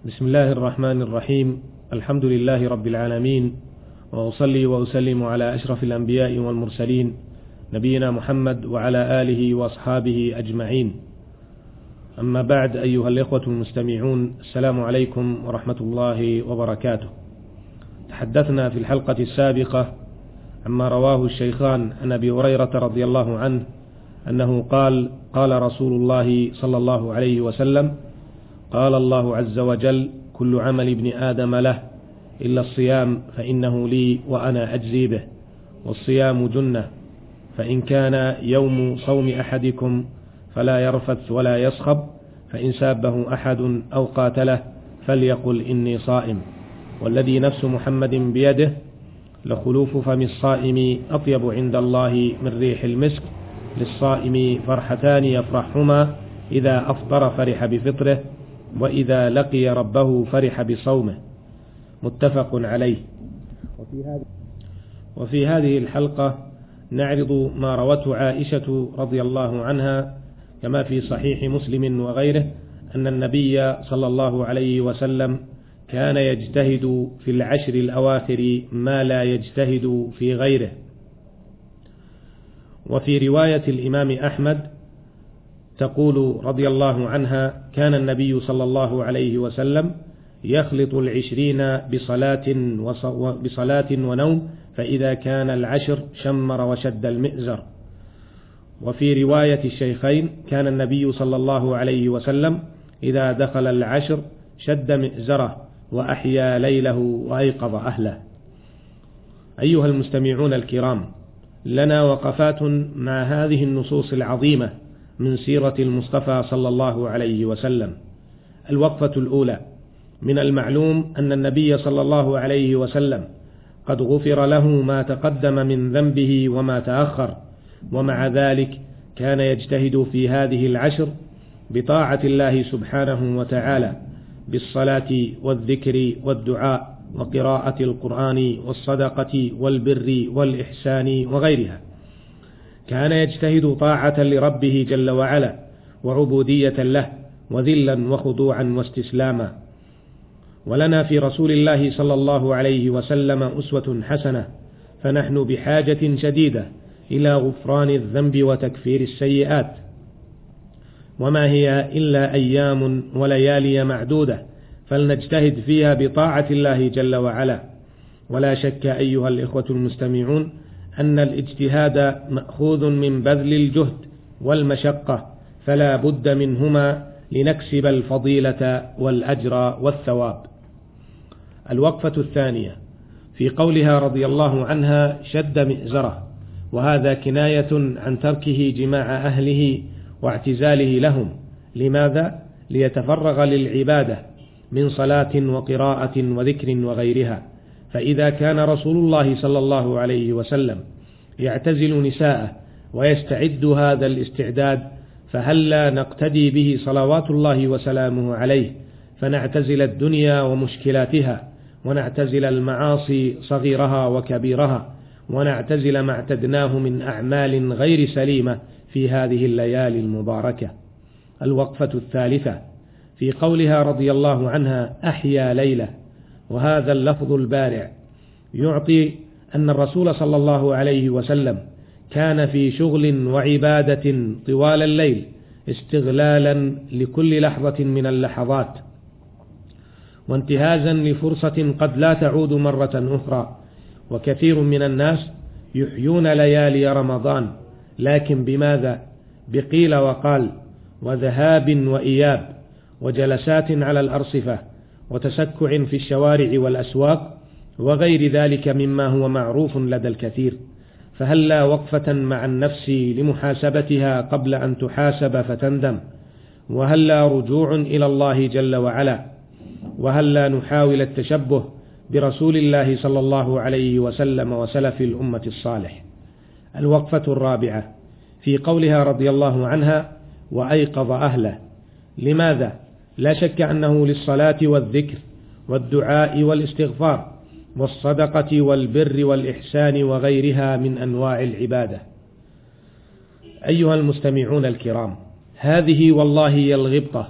بسم الله الرحمن الرحيم. الحمد لله رب العالمين، وأصلي وأسلم على أشرف الأنبياء والمرسلين نبينا محمد وعلى آله وأصحابه أجمعين. أما بعد، أيها الإخوة المستمعون، السلام عليكم ورحمة الله وبركاته. تحدثنا في الحلقة السابقة عما رواه الشيخان عن أبي هريرة رضي الله عنه أنه قال: قال رسول الله صلى الله عليه وسلم: قال الله عز وجل: كل عمل ابن آدم له إلا الصيام فإنه لي وأنا أجزي به، والصيام جنة، فإن كان يوم صوم أحدكم فلا يرفث ولا يصخب، فإن سابه أحد أو قاتله فليقل إني صائم، والذي نفس محمد بيده لخلوف فم الصائم أطيب عند الله من ريح المسك، للصائم فرحتان يفرحهما: إذا أفطر فرح بفطره، وإذا لقي ربه فرح بصومه. متفق عليه. وفي هذه الحلقة نعرض ما روته عائشة رضي الله عنها كما في صحيح مسلم وغيره أن النبي صلى الله عليه وسلم كان يجتهد في العشر الأواخر ما لا يجتهد في غيره. وفي رواية الإمام أحمد تقول رضي الله عنها: كان النبي صلى الله عليه وسلم يخلط 20 بصلاة ونوم، فإذا كان العشر شمر وشد المئزر. وفي رواية الشيخين: كان النبي صلى الله عليه وسلم إذا دخل العشر شد مئزره وأحيا ليله وأيقظ أهله. أيها المستمعون الكرام، لنا وقفات مع هذه النصوص العظيمة من سيرة المصطفى صلى الله عليه وسلم. الوقفة الأولى: من المعلوم أن النبي صلى الله عليه وسلم قد غفر له ما تقدم من ذنبه وما تأخر، ومع ذلك كان يجتهد في هذه العشر بطاعة الله سبحانه وتعالى، بالصلاة والذكر والدعاء وقراءة القرآن والصدقة والبر والإحسان وغيرها. كان يجتهد طاعة لربه جل وعلا، وعبودية له، وذلا وخضوعا واستسلاما. ولنا في رسول الله صلى الله عليه وسلم أسوة حسنة، فنحن بحاجة شديدة إلى غفران الذنب وتكفير السيئات، وما هي إلا أيام وليالي معدودة، فلنجتهد فيها بطاعة الله جل وعلا. ولا شك أيها الإخوة المستمعون أن الاجتهاد مأخوذ من بذل الجهد والمشقة، فلا بد منهما لنكسب الفضيلة والأجر والثواب. الوقفة الثانية: في قولها رضي الله عنها شد مئزره، وهذا كناية عن تركه جماع أهله واعتزاله لهم. لماذا؟ ليتفرغ للعبادة من صلاة وقراءة وذكر وغيرها. فإذا كان رسول الله صلى الله عليه وسلم يعتزل نساءه ويستعد هذا الاستعداد، فهلا نقتدي به صلوات الله وسلامه عليه، فنعتزل الدنيا ومشكلاتها، ونعتزل المعاصي صغيرها وكبيرها، ونعتزل ما اعتدناه من أعمال غير سليمة في هذه الليالي المباركة. الوقفة الثالثة: في قولها رضي الله عنها أحيا ليلة، وهذا اللفظ البارع يعطي أن الرسول صلى الله عليه وسلم كان في شغل وعبادة طوال الليل، استغلالا لكل لحظة من اللحظات، وانتهازا لفرصة قد لا تعود مرة أخرى. وكثير من الناس يحيون ليالي رمضان، لكن بماذا؟ بقيل وقال، وذهاب وإياب، وجلسات على الأرصفة، وتسكع في الشوارع والأسواق، وغير ذلك مما هو معروف لدى الكثير. فهلا وقفة مع النفس لمحاسبتها قبل أن تحاسب فتندم، وهلا رجوع إلى الله جل وعلا، وهلا نحاول التشبه برسول الله صلى الله عليه وسلم وسلف الأمة الصالح. الوقفة الرابعة: في قولها رضي الله عنها وأيقظ أهله. لماذا؟ لا شك أنه للصلاة والذكر والدعاء والاستغفار والصدقة والبر والإحسان وغيرها من أنواع العبادة. أيها المستمعون الكرام، هذه والله هي الغبطة،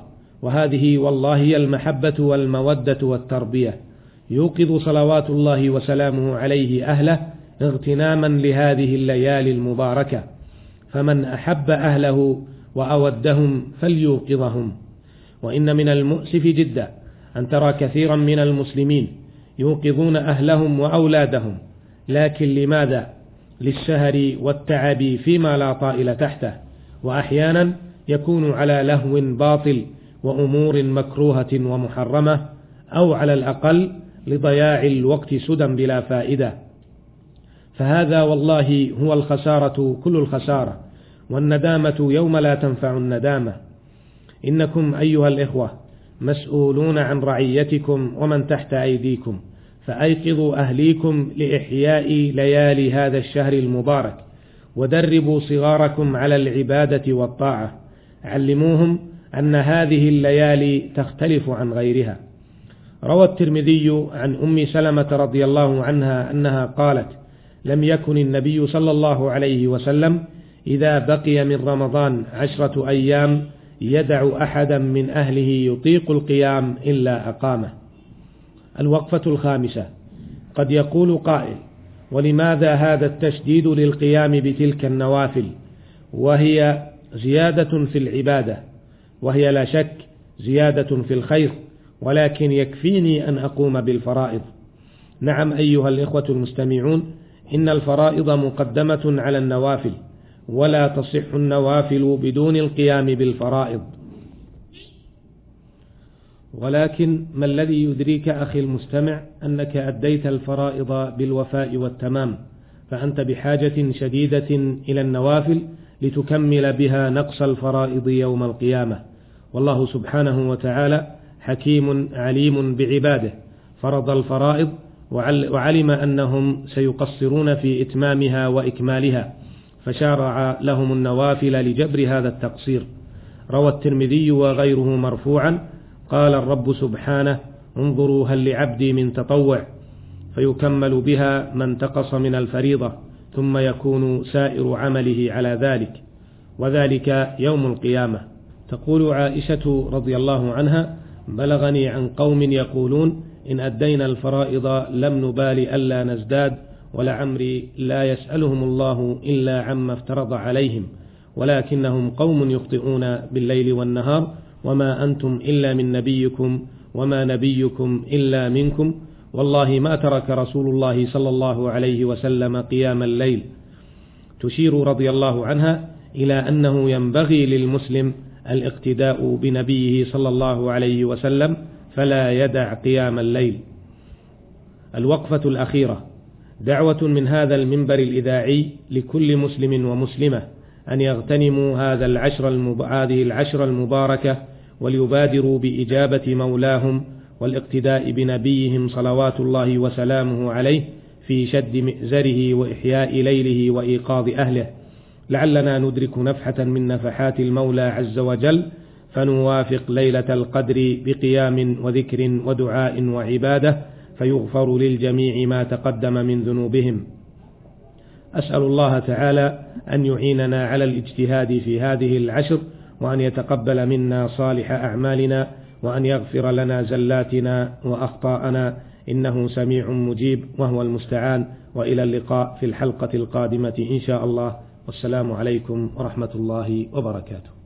وهذه والله هي المحبة والمودة والتربية. يوقظ صلوات الله وسلامه عليه أهله اغتناما لهذه الليالي المباركة، فمن أحب أهله وأودهم فليوقظهم. وإن من المؤسف جدا أن ترى كثيرا من المسلمين يوقظون أهلهم وأولادهم، لكن لماذا؟ للسهر والتعب فيما لا طائل تحته، وأحيانا يكون على لهو باطل وأمور مكروهة ومحرمة، أو على الأقل لضياع الوقت سدى بلا فائدة. فهذا والله هو الخسارة كل الخسارة، والندامة يوم لا تنفع الندامة. إنكم أيها الإخوة مسؤولون عن رعيتكم ومن تحت أيديكم، فأيقظوا أهليكم لإحياء ليالي هذا الشهر المبارك، ودربوا صغاركم على العبادة والطاعة، علموهم أن هذه الليالي تختلف عن غيرها. روى الترمذي عن أم سلمة رضي الله عنها أنها قالت: لم يكن النبي صلى الله عليه وسلم إذا بقي من رمضان 10 أيام يدع أحدا من أهله يطيق القيام إلا أقامه. الوقفة الخامسة. قد يقول قائل: ولماذا هذا التشديد للقيام بتلك النوافل وهي زيادة في العبادة؟ وهي لا شك زيادة في الخير، ولكن يكفيني أن أقوم بالفرائض. نعم أيها الإخوة المستمعون، إن الفرائض مقدمة على النوافل، ولا تصح النوافل بدون القيام بالفرائض. ولكن ما الذي يدريك أخي المستمع أنك أديت الفرائض بالوفاء والتمام، فأنت بحاجة شديدة إلى النوافل لتكمل بها نقص الفرائض يوم القيامة. والله سبحانه وتعالى حكيم عليم بعباده، فرض الفرائض وعلم أنهم سيقصرون في إتمامها وإكمالها، فشارع لهم النوافل لجبر هذا التقصير. روى الترمذي وغيره مرفوعا: قال الرب سبحانه: انظروا هل لعبدي من تطوع، فيكمل بها ما انتقص من الفريضة، ثم يكون سائر عمله على ذلك، وذلك يوم القيامة. تقول عائشة رضي الله عنها: بلغني عن قوم يقولون إن أدينا الفرائض لم نبال ألا نزداد، ولعمري لا يسألهم الله إلا عما افترض عليهم، ولكنهم قوم يخطئون بالليل والنهار، وما أنتم إلا من نبيكم، وما نبيكم إلا منكم، والله ما ترك رسول الله صلى الله عليه وسلم قيام الليل. تشير رضي الله عنها إلى أنه ينبغي للمسلم الاقتداء بنبيه صلى الله عليه وسلم، فلا يدع قيام الليل. الوقفة الأخيرة. دعوة من هذا المنبر الإذاعي لكل مسلم ومسلمة أن يغتنموا هذه العشر المباركة، وليبادروا بإجابة مولاهم والاقتداء بنبيهم صلوات الله وسلامه عليه في شد مئزره وإحياء ليله وإيقاظ أهله، لعلنا ندرك نفحة من نفحات المولى عز وجل، فنوافق ليلة القدر بقيام وذكر ودعاء وعبادة، فيغفر للجميع ما تقدم من ذنوبهم. أسأل الله تعالى أن يعيننا على الاجتهاد في هذه العشر، وأن يتقبل منا صالح أعمالنا، وأن يغفر لنا زلاتنا وأخطاءنا، إنه سميع مجيب وهو المستعان. وإلى اللقاء في الحلقة القادمة إن شاء الله، والسلام عليكم ورحمة الله وبركاته.